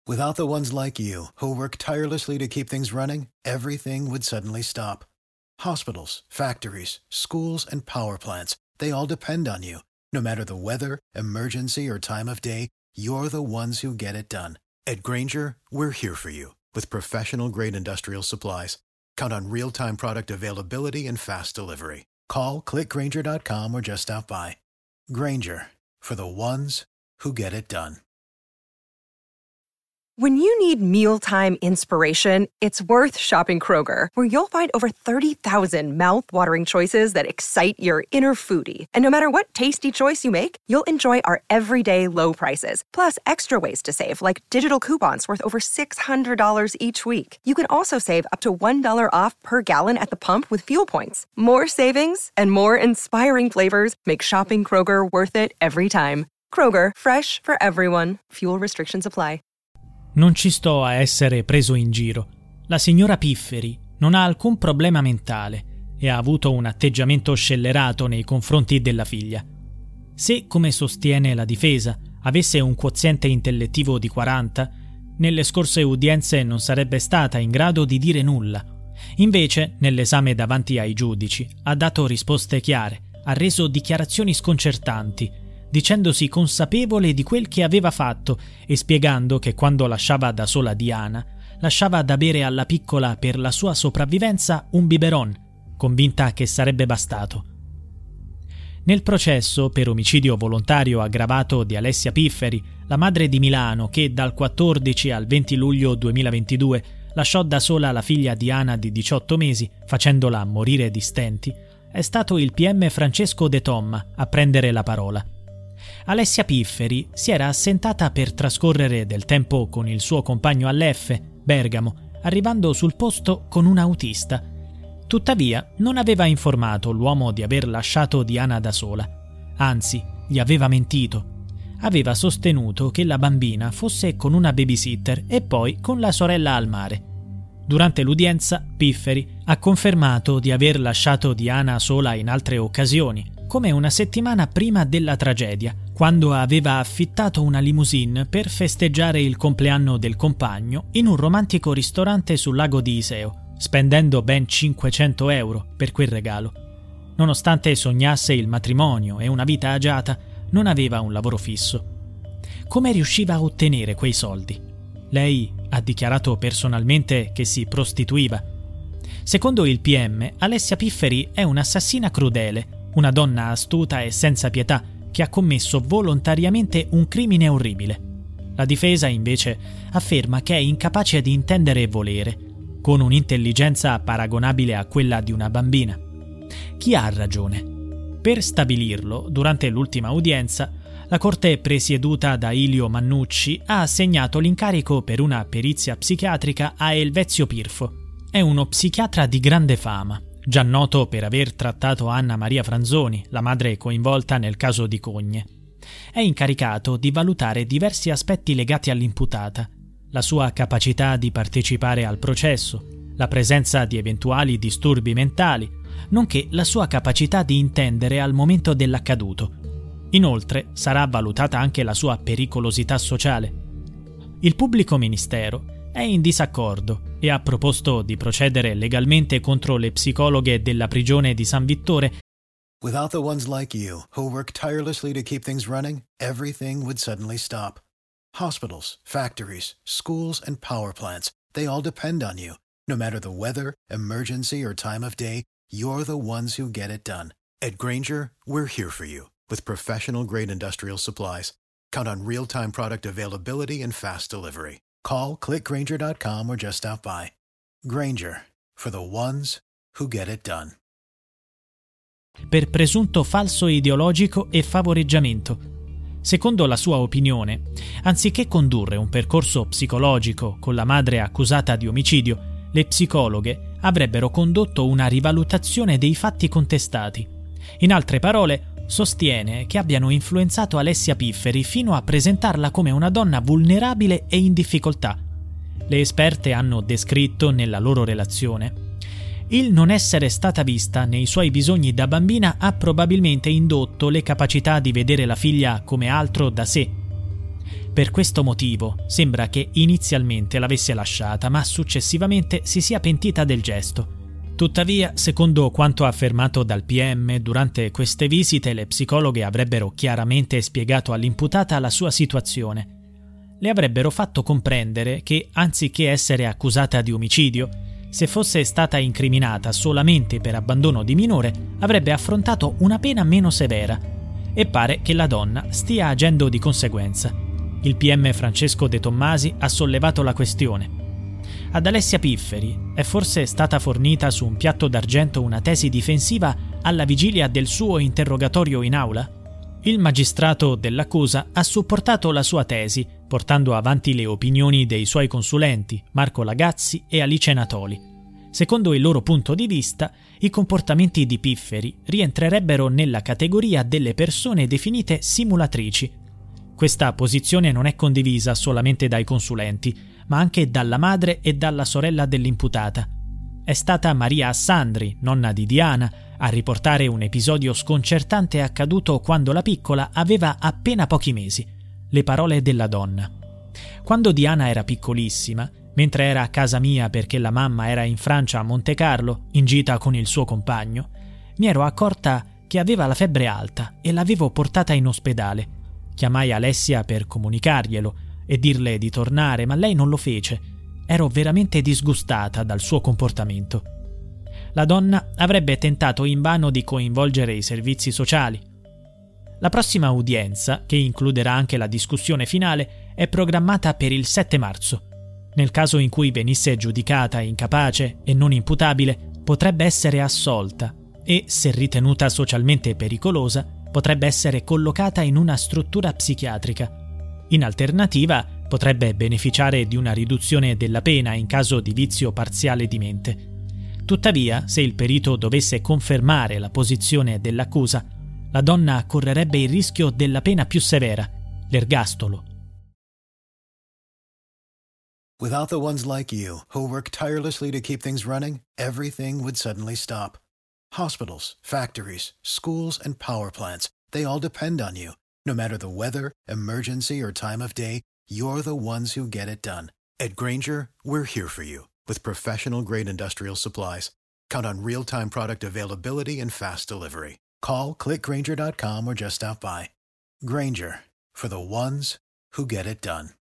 Without the ones like you, who work tirelessly to keep things running, everything would suddenly stop. Hospitals, factories, schools, and power plants, they all depend on you. No matter the weather, emergency, or time of day, you're the ones who get it done. At Grainger, we're here for you with professional-grade industrial supplies. Count on real-time product availability and fast delivery. Call, click Grainger.com or just stop by. Grainger, for the ones who get it done. When you need mealtime inspiration, it's worth shopping Kroger, where you'll find over 30,000 mouth-watering choices that excite your inner foodie. And no matter what tasty choice you make, you'll enjoy our everyday low prices, plus extra ways to save, like digital coupons worth over $600 each week. You can also save up to $1 off per gallon at the pump with fuel points. More savings and more inspiring flavors make shopping Kroger worth it every time. Kroger, fresh for everyone. Fuel restrictions apply. Non ci sto a essere preso in giro. La signora Pifferi non ha alcun problema mentale e ha avuto un atteggiamento scellerato nei confronti della figlia. Se, come sostiene la difesa, avesse un quoziente intellettivo di 40, nelle scorse udienze non sarebbe stata in grado di dire nulla. Invece, nell'esame davanti ai giudici, ha dato risposte chiare, ha reso dichiarazioni sconcertanti, dicendosi consapevole di quel che aveva fatto e spiegando che quando lasciava da sola Diana, lasciava da bere alla piccola per la sua sopravvivenza un biberon, convinta che sarebbe bastato. Nel processo per omicidio volontario aggravato di Alessia Pifferi, la madre di Milano che dal 14 al 20 luglio 2022 lasciò da sola la figlia Diana di 18 mesi, facendola morire di stenti, è stato il PM Francesco De Tomma a prendere la parola. Alessia Pifferi si era assentata per trascorrere del tempo con il suo compagno all'F, Bergamo, arrivando sul posto con un autista. Tuttavia non aveva informato l'uomo di aver lasciato Diana da sola. Anzi, gli aveva mentito. Aveva sostenuto che la bambina fosse con una babysitter e poi con la sorella al mare. Durante l'udienza, Pifferi ha confermato di aver lasciato Diana sola in altre occasioni, come una settimana prima della tragedia, quando aveva affittato una limousine per festeggiare il compleanno del compagno in un romantico ristorante sul lago di Iseo, spendendo ben 500 euro per quel regalo. Nonostante sognasse il matrimonio e una vita agiata, non aveva un lavoro fisso. Come riusciva a ottenere quei soldi? Lei ha dichiarato personalmente che si prostituiva. Secondo il PM, Alessia Pifferi è un'assassina crudele, una donna astuta e senza pietà che ha commesso volontariamente un crimine orribile. La difesa, invece, afferma che è incapace di intendere e volere, con un'intelligenza paragonabile a quella di una bambina. Chi ha ragione? Per stabilirlo, durante l'ultima udienza, la corte presieduta da Ilio Mannucci ha assegnato l'incarico per una perizia psichiatrica a Elvezio Pirfo. È uno psichiatra di grande fama, già noto per aver trattato Anna Maria Franzoni, la madre coinvolta nel caso di Cogne. È incaricato di valutare diversi aspetti legati all'imputata, la sua capacità di partecipare al processo, la presenza di eventuali disturbi mentali, nonché la sua capacità di intendere al momento dell'accaduto. Inoltre sarà valutata anche la sua pericolosità sociale. Il pubblico ministero è in disaccordo e ha proposto di procedere legalmente contro le psicologhe della prigione di San Vittore. Without the ones like you, who work tirelessly to keep things running, everything would suddenly stop. Hospitals, factories, schools, and power plants, they all depend on you. No matter the weather, emergency, or time of day, you're the ones who get it done. At Grainger, we're here for you with professional-grade industrial supplies. Count on real-time product availability and fast delivery. Call, click Grainger.com or just stop by. Grainger, for the ones who get it done. Per presunto falso ideologico e favoreggiamento. Secondo la sua opinione, anziché condurre un percorso psicologico con la madre accusata di omicidio, le psicologhe avrebbero condotto una rivalutazione dei fatti contestati. In altre parole, sostiene che abbiano influenzato Alessia Pifferi fino a presentarla come una donna vulnerabile e in difficoltà. Le esperte hanno descritto nella loro relazione: il non essere stata vista nei suoi bisogni da bambina ha probabilmente indotto le capacità di vedere la figlia come altro da sé. Per questo motivo sembra che inizialmente l'avesse lasciata, ma successivamente si sia pentita del gesto. Tuttavia, secondo quanto affermato dal PM, durante queste visite le psicologhe avrebbero chiaramente spiegato all'imputata la sua situazione. Le avrebbero fatto comprendere che, anziché essere accusata di omicidio, se fosse stata incriminata solamente per abbandono di minore, avrebbe affrontato una pena meno severa. E pare che la donna stia agendo di conseguenza. Il PM Francesco De Tommasi ha sollevato la questione. Ad Alessia Pifferi è forse stata fornita su un piatto d'argento una tesi difensiva alla vigilia del suo interrogatorio in aula? Il magistrato dell'accusa ha supportato la sua tesi, portando avanti le opinioni dei suoi consulenti, Marco Lagazzi e Alice Natoli. Secondo il loro punto di vista, i comportamenti di Pifferi rientrerebbero nella categoria delle persone definite simulatrici. Questa posizione non è condivisa solamente dai consulenti, ma anche dalla madre e dalla sorella dell'imputata. È stata Maria Assandri, nonna di Diana, a riportare un episodio sconcertante accaduto quando la piccola aveva appena pochi mesi. Le parole della donna. Quando Diana era piccolissima, mentre era a casa mia perché la mamma era in Francia a Montecarlo, in gita con il suo compagno, mi ero accorta che aveva la febbre alta e l'avevo portata in ospedale. Chiamai Alessia per comunicarglielo e dirle di tornare, ma lei non lo fece. Ero veramente disgustata dal suo comportamento. La donna avrebbe tentato invano di coinvolgere i servizi sociali. La prossima udienza, che includerà anche la discussione finale, è programmata per il 7 marzo. Nel caso in cui venisse giudicata incapace e non imputabile, potrebbe essere assolta e, se ritenuta socialmente pericolosa, potrebbe essere collocata in una struttura psichiatrica. In alternativa, potrebbe beneficiare di una riduzione della pena in caso di vizio parziale di mente. Tuttavia, se il perito dovesse confermare la posizione dell'accusa, la donna correrebbe il rischio della pena più severa, l'ergastolo. Without the ones like you, who work tirelessly to keep things running, everything would suddenly stop. Hospitals, factories, schools, and power plants, they all depend on you. No matter the weather, emergency, or time of day, you're the ones who get it done. At Grainger, we're here for you with professional-grade industrial supplies. Count on real-time product availability and fast delivery. Call, click Grainger.com, or just stop by. Grainger, for the ones who get it done.